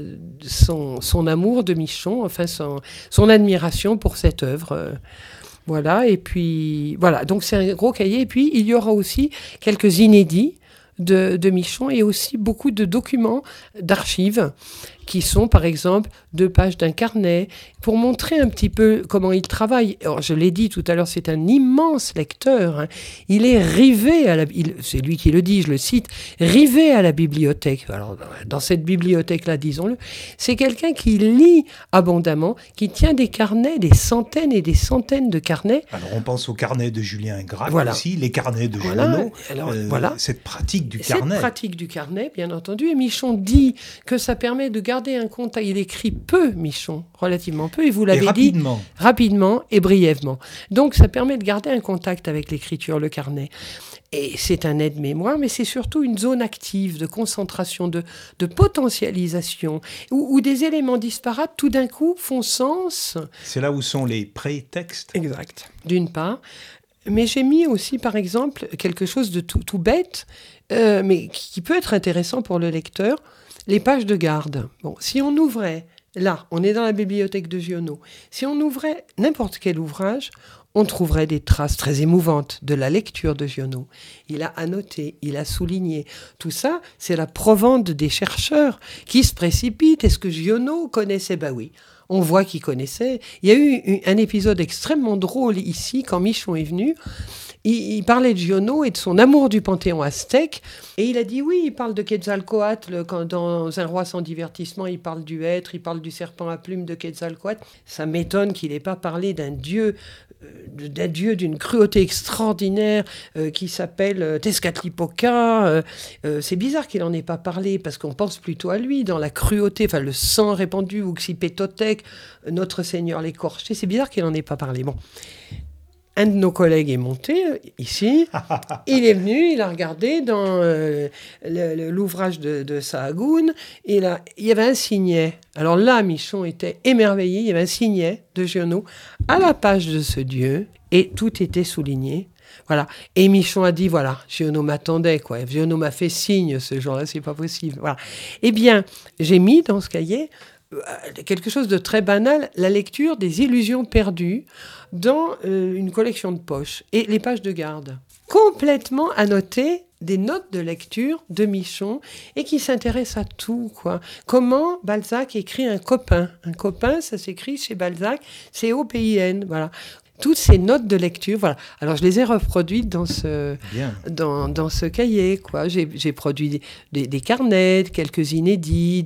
son amour de Michon, enfin son admiration pour cette œuvre. Voilà, et puis voilà, donc c'est un gros cahier. Et puis il y aura aussi quelques inédits de Michon et aussi beaucoup de documents d'archives qui sont par exemple 2 pages d'un carnet pour montrer un petit peu comment il travaille. Alors, je l'ai dit tout à l'heure, c'est un immense lecteur, hein. Il est rivé c'est lui qui le dit, je le cite, rivé à la bibliothèque. Alors dans cette bibliothèque-là, disons-le, c'est quelqu'un qui lit abondamment, qui tient des carnets, des centaines et des centaines de carnets. Alors on pense aux carnets de Julien Gracq aussi, les carnets de Giono. Voilà. Cette pratique du carnet. Cette pratique du carnet, bien entendu. Et Michon dit que ça permet de garder un contact. Il écrit peu, Michon, relativement peu, et vous l'avez dit, rapidement et brièvement. Donc ça permet de garder un contact avec l'écriture, le carnet. Et c'est un aide-mémoire, mais c'est surtout une zone active de concentration, de potentialisation, où des éléments disparates, tout d'un coup, font sens. C'est là où sont les prétextes. Exact. D'une part. Mais j'ai mis aussi, par exemple, quelque chose de tout bête, mais qui peut être intéressant pour le lecteur, les pages de garde. Bon, si on ouvrait, là, on est dans la bibliothèque de Giono, si on ouvrait n'importe quel ouvrage, on trouverait des traces très émouvantes de la lecture de Giono. Il a annoté, il a souligné. Tout ça, c'est la provende des chercheurs qui se précipitent. Est-ce que Giono connaissait ? Ben oui. On voit qu'il connaissait. Il y a eu un épisode extrêmement drôle ici, quand Michon est venu. Il parlait de Giono et de son amour du panthéon aztèque. Et il a dit oui, il parle de Quetzalcoatl. Quand dans Un roi sans divertissement, il parle du hêtre, il parle du serpent à plumes de Quetzalcoatl. Ça m'étonne qu'il n'ait pas parlé d'un dieu d'une cruauté extraordinaire qui s'appelle Tezcatlipoca. C'est bizarre qu'il n'en ait pas parlé parce qu'on pense plutôt à lui dans la cruauté, enfin le sang répandu, Uxipétotec, Notre Seigneur l'écorché. C'est bizarre qu'il n'en ait pas parlé. Bon. Un de nos collègues est monté ici, il est venu, il a regardé dans l'ouvrage de Sahagún, et là, il y avait un signet. Alors là, Michon était émerveillé, il y avait un signet de Giono à la page de ce dieu, et tout était souligné. Voilà. Et Michon a dit, voilà, Giono m'attendait, quoi. Giono m'a fait signe ce jour-là, c'est pas possible. Voilà. Eh bien, j'ai mis dans ce cahier quelque chose de très banal, la lecture des illusions perdues dans une collection de poches et les pages de garde. Complètement annoté des notes de lecture de Michon et qui s'intéresse à tout, quoi. Comment Balzac écrit un copain. Un copain, ça s'écrit chez Balzac, C-O-P-I-N, voilà. Toutes ces notes de lecture, voilà. Alors, je les ai reproduites dans ce cahier, quoi. J'ai produit des carnets, quelques inédits,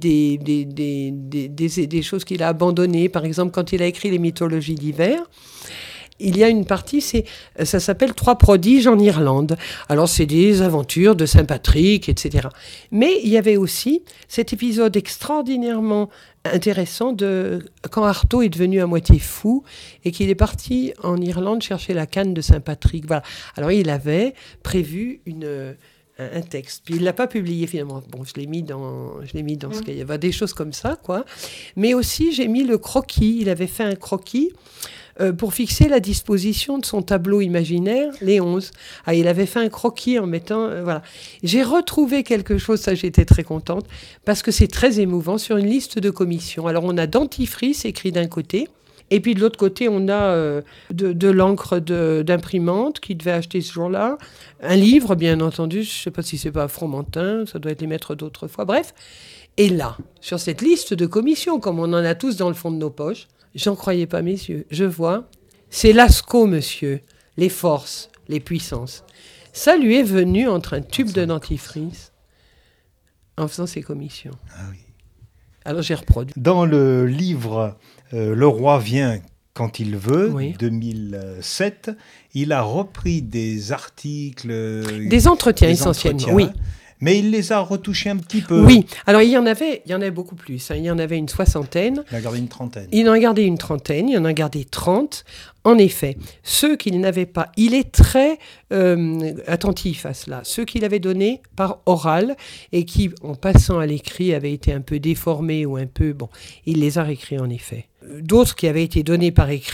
des choses qu'il a abandonnées. Par exemple, quand il a écrit les mythologies d'hiver, il y a une partie, ça s'appelle « 3 prodiges en Irlande ». Alors, c'est des aventures de Saint-Patrick, etc. Mais il y avait aussi cet épisode extraordinairement intéressant de quand Artaud est devenu à moitié fou et qu'il est parti en Irlande chercher la canne de Saint-Patrick. Voilà. Alors, il avait prévu un texte. Puis il l'a pas publié finalement. Bon, je l'ai mis dans ce qu'il y avait des choses comme ça, quoi. Mais aussi, j'ai mis le croquis. Il avait fait un croquis pour fixer la disposition de son tableau imaginaire, les 11. Ah, il avait fait un croquis en mettant... voilà. J'ai retrouvé quelque chose, ça j'étais très contente, parce que c'est très émouvant, sur une liste de commissions. Alors on a dentifrice écrit d'un côté, et puis de l'autre côté, on a de l'encre d'imprimante qu'il devait acheter ce jour-là, un livre, bien entendu, je ne sais pas si c'est pas Fromentin, ça doit être les maîtres d'autrefois, bref. Et là, sur cette liste de commissions, comme on en a tous dans le fond de nos poches, j'en croyais pas mes yeux. Je vois, c'est Lascaux, monsieur, les forces, les puissances. Ça lui est venu entre un tube de dentifrice en faisant ses commissions. Ah oui. Alors j'ai reproduit. Dans le livre Le roi vient quand il veut, oui. 2007, il a repris des articles... Des entretiens essentiellement, oui. Mais il les a retouchés un petit peu. Oui, alors il y en avait beaucoup plus. Il y en avait une soixantaine. Il en a gardé une trentaine. Il en a gardé une trentaine, il en a gardé 30. En effet, ceux qu'il n'avait pas, il est très attentif à cela. Ceux qu'il avait donnés par oral et qui, en passant à l'écrit, avaient été un peu déformés ou un peu... Bon, il les a réécrits en effet. D'autres qui avaient été donnés par écrit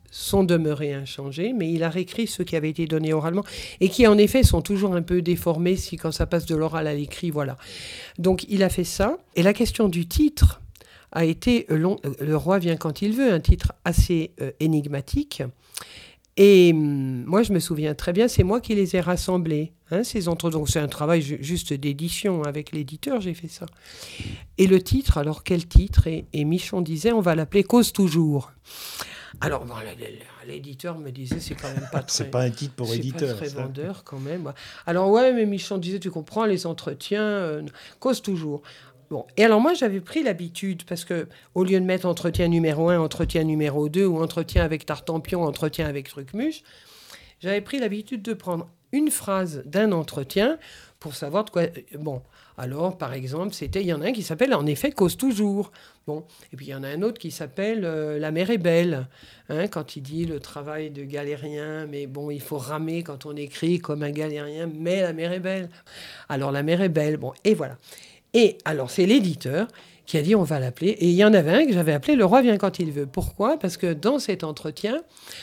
sont demeurés inchangés, mais il a réécrit ceux qui avaient été donnés oralement et qui, en effet, sont toujours un peu déformés quand ça passe de l'oral à l'écrit, voilà. Donc, il a fait ça. Et la question du titre a été Le roi vient quand il veut, un titre assez énigmatique. Et moi, je me souviens très bien, c'est moi qui les ai rassemblés, ces entre. Donc, c'est un travail juste d'édition avec l'éditeur, j'ai fait ça. Et le titre, alors quel titre ? Et Michon disait, on va l'appeler Cause toujours. Alors, bon, l'éditeur me disait, c'est quand même pas très... c'est pas un titre pour éditeur. C'est pas très vendeur, quand même. Alors, ouais, mais Michon disait, tu comprends, les entretiens, Cause toujours. Bon. Et alors moi, j'avais pris l'habitude, parce que au lieu de mettre entretien numéro 1, entretien numéro 2, ou entretien avec Tartampion, entretien avec Trucmuche, j'avais pris l'habitude de prendre une phrase d'un entretien pour savoir de quoi... Bon, alors, par exemple, il y en a un qui s'appelle, en effet, Cause toujours. Bon, et puis il y en a un autre qui s'appelle La mer est belle, quand il dit le travail de galérien, mais bon, il faut ramer quand on écrit comme un galérien, mais la mer est belle. Alors, la mer est belle, bon, et voilà. Et alors, c'est l'éditeur qui a dit on va l'appeler. Et il y en avait un que j'avais appelé Le roi vient quand il veut. Pourquoi ? Parce que dans cet entretien,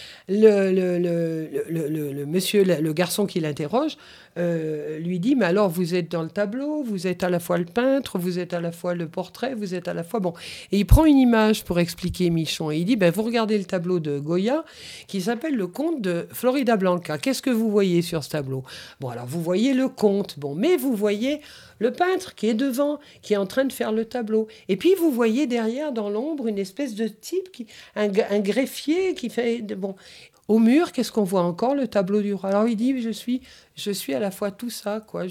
le monsieur, le garçon qui l'interroge, lui dit mais alors vous êtes dans le tableau, vous êtes à la fois le peintre, vous êtes à la fois le portrait, vous êtes à la fois... Bon. Et il prend une image pour expliquer Michon. Et il dit vous regardez le tableau de Goya qui s'appelle Le Comte de Florida Blanca. Qu'est-ce que vous voyez sur ce tableau ? Bon, alors vous voyez le comte, mais vous voyez le peintre qui est devant, qui est en train de faire le tableau. Et puis vous voyez derrière dans l'ombre une espèce de type, un greffier qui fait... Bon. Au mur, qu'est-ce qu'on voit encore ? Le tableau du roi. Alors il dit, je suis à la fois tout ça, quoi.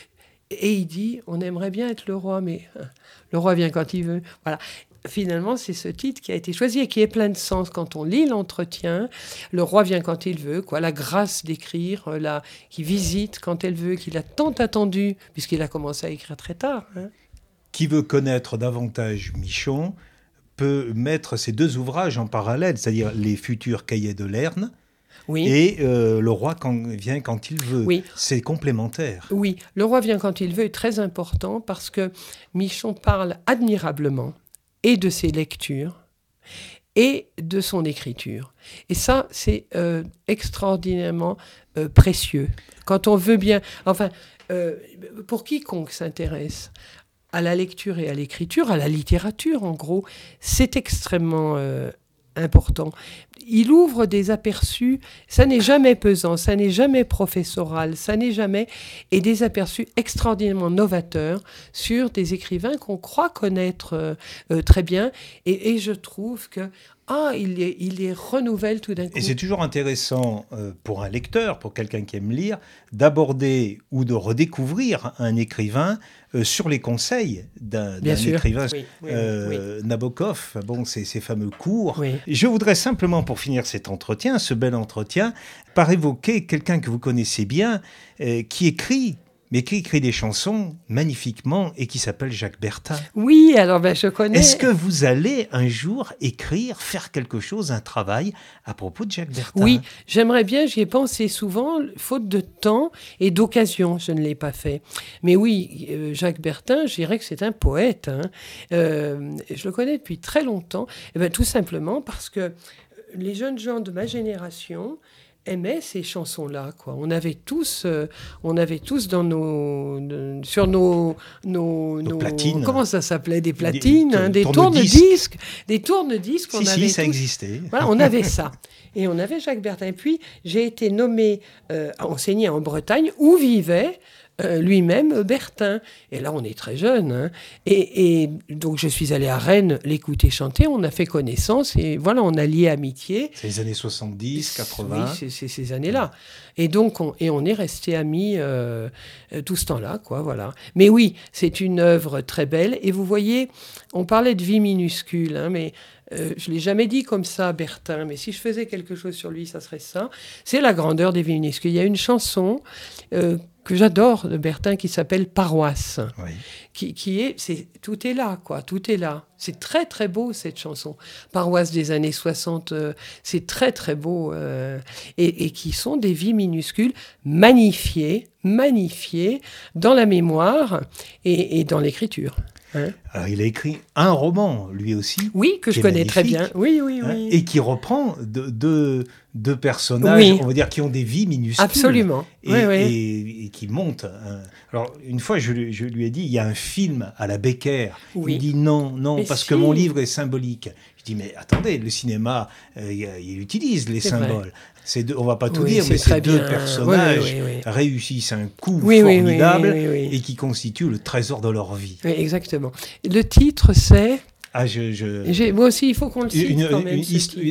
Et il dit, on aimerait bien être le roi, mais le roi vient quand il veut. Voilà. Finalement, c'est ce titre qui a été choisi et qui est plein de sens quand on lit l'entretien. Le roi vient quand il veut, quoi. La grâce d'écrire, qui visite quand elle veut, qu'il a tant attendu, puisqu'il a commencé à écrire très tard. Qui veut connaître davantage Michon peut mettre ces deux ouvrages en parallèle, c'est-à-dire les futurs cahiers de Lerne, oui. Et Le roi vient quand il veut. Oui. C'est complémentaire. Oui, Le roi vient quand il veut est très important parce que Michon parle admirablement et de ses lectures et de son écriture. Et ça, c'est extraordinairement précieux. Quand on veut bien... Enfin, pour quiconque s'intéresse à la lecture et à l'écriture, à la littérature en gros, c'est extrêmement important. Il ouvre des aperçus, ça n'est jamais pesant, ça n'est jamais professoral, ça n'est jamais... Et des aperçus extraordinairement novateurs sur des écrivains qu'on croit connaître très bien. Et je trouve que il les renouvelle tout d'un coup. Et c'est toujours intéressant pour un lecteur, pour quelqu'un qui aime lire, d'aborder ou de redécouvrir un écrivain sur les conseils d'un écrivain. Oui. Nabokov, ces fameux cours. Oui. Je voudrais simplement, pour finir cet entretien, ce bel entretien, par évoquer quelqu'un que vous connaissez bien, qui écrit des chansons magnifiquement et qui s'appelle Jacques Bertin. Oui, alors je connais. Est-ce que vous allez un jour faire quelque chose, un travail à propos de Jacques Bertin ? Oui, j'aimerais bien, j'y ai pensé souvent, faute de temps et d'occasion, je ne l'ai pas fait. Mais oui, Jacques Bertin, je dirais que c'est un poète. Je le connais depuis très longtemps, tout simplement parce que les jeunes gens de ma génération aimaient ces chansons-là, quoi. On avait tous sur nos platines. Comment ça s'appelait ? Des platines, des tourne-disques. Des tourne-disques. Ça existait. Voilà, on avait ça. Et on avait Jacques Bertin. Et puis, j'ai été nommée à enseigner en Bretagne, où vivait lui-même Bertin. Et là, on est très jeunes. Et donc, je suis allée à Rennes l'écouter chanter. On a fait connaissance et voilà, on a lié amitié. C'est les années 70, 80. Oui, c'est ces années-là. Et donc, on est restés amis tout ce temps-là, quoi, voilà. Mais oui, c'est une œuvre très belle. Et vous voyez, on parlait de vie minuscule, mais... je ne l'ai jamais dit comme ça, Bertin, mais si je faisais quelque chose sur lui, ça serait ça. C'est la grandeur des vies minuscules. Il y a une chanson que j'adore de Bertin qui s'appelle Paroisse. Oui. Tout est là, quoi. Tout est là. C'est très, très beau, cette chanson. Paroisse des années 60, c'est très, très beau. Et qui sont des vies minuscules magnifiées dans la mémoire et dans l'écriture. Hein. Alors, il a écrit un roman, lui aussi. Oui, que je connais très bien. Oui, oui, oui. Et qui reprend deux personnages, on va dire, qui ont des vies minuscules. Absolument. Et qui montent. Alors, une fois, je lui ai dit, il y a un film à la Becker. Oui. Il me dit non, Mais parce si. que mon livre est symbolique. Je dis, mais attendez, le cinéma, il utilise les symboles. On ne va pas tout dire, mais ces deux personnages réussissent un coup formidable et qui constituent le trésor de leur vie. Oui, exactement. Le titre, c'est... Moi aussi, il faut qu'on le cite quand même.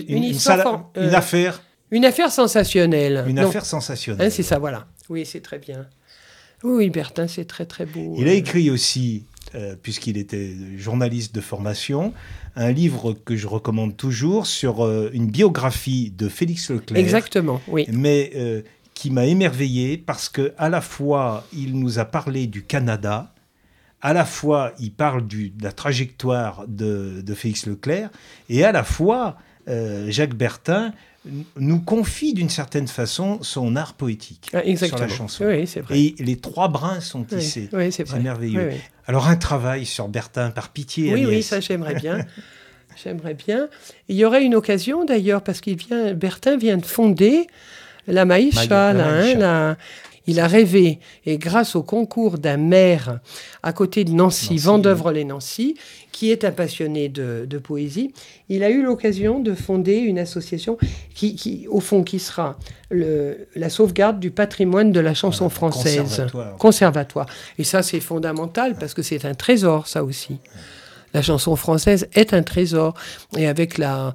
Une affaire. Une affaire sensationnelle. Une affaire sensationnelle. C'est ça, voilà. Oui, c'est très bien. Oui, Bertin, c'est très, très beau. Il a écrit aussi, puisqu'il était journaliste de formation, un livre que je recommande toujours sur une biographie de Félix Leclerc. Exactement, oui. Mais qui m'a émerveillé parce qu'à la fois, il nous a parlé du Canada, à la fois, il parle de la trajectoire de Félix Leclerc, et à la fois, Jacques Bertin nous confie d'une certaine façon son art poétique sur la chanson. Oui, c'est vrai. Et les trois brins sont tissés. Oui, c'est vrai. C'est merveilleux. Oui. Alors, un travail sur Bertin, par pitié, Agnès. Oui, ça, j'aimerais bien. J'aimerais bien. Il y aurait une occasion, d'ailleurs, parce Bertin vient de fonder la Maïcha. Il a rêvé, et grâce au concours d'un maire à côté de Nancy, Vendeuvre-les-Nancy, qui est un passionné de poésie, il a eu l'occasion de fonder une association qui au fond, qui sera la sauvegarde du patrimoine de la chanson française. Conservatoire. Et ça, c'est fondamental, parce que c'est un trésor, ça aussi. La chanson française est un trésor. Et avec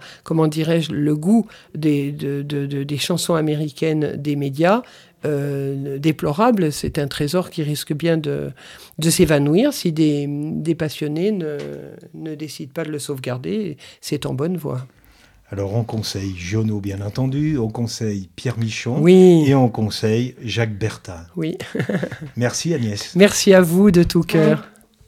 le goût des chansons américaines des médias, déplorable, c'est un trésor qui risque bien de s'évanouir si des passionnés ne décident pas de le sauvegarder. C'est en bonne voie. Alors on conseille Giono, bien entendu, on conseille Pierre Michon, oui. Et on conseille Jacques Bertin. Oui. Merci Agnès. Merci à vous de tout cœur.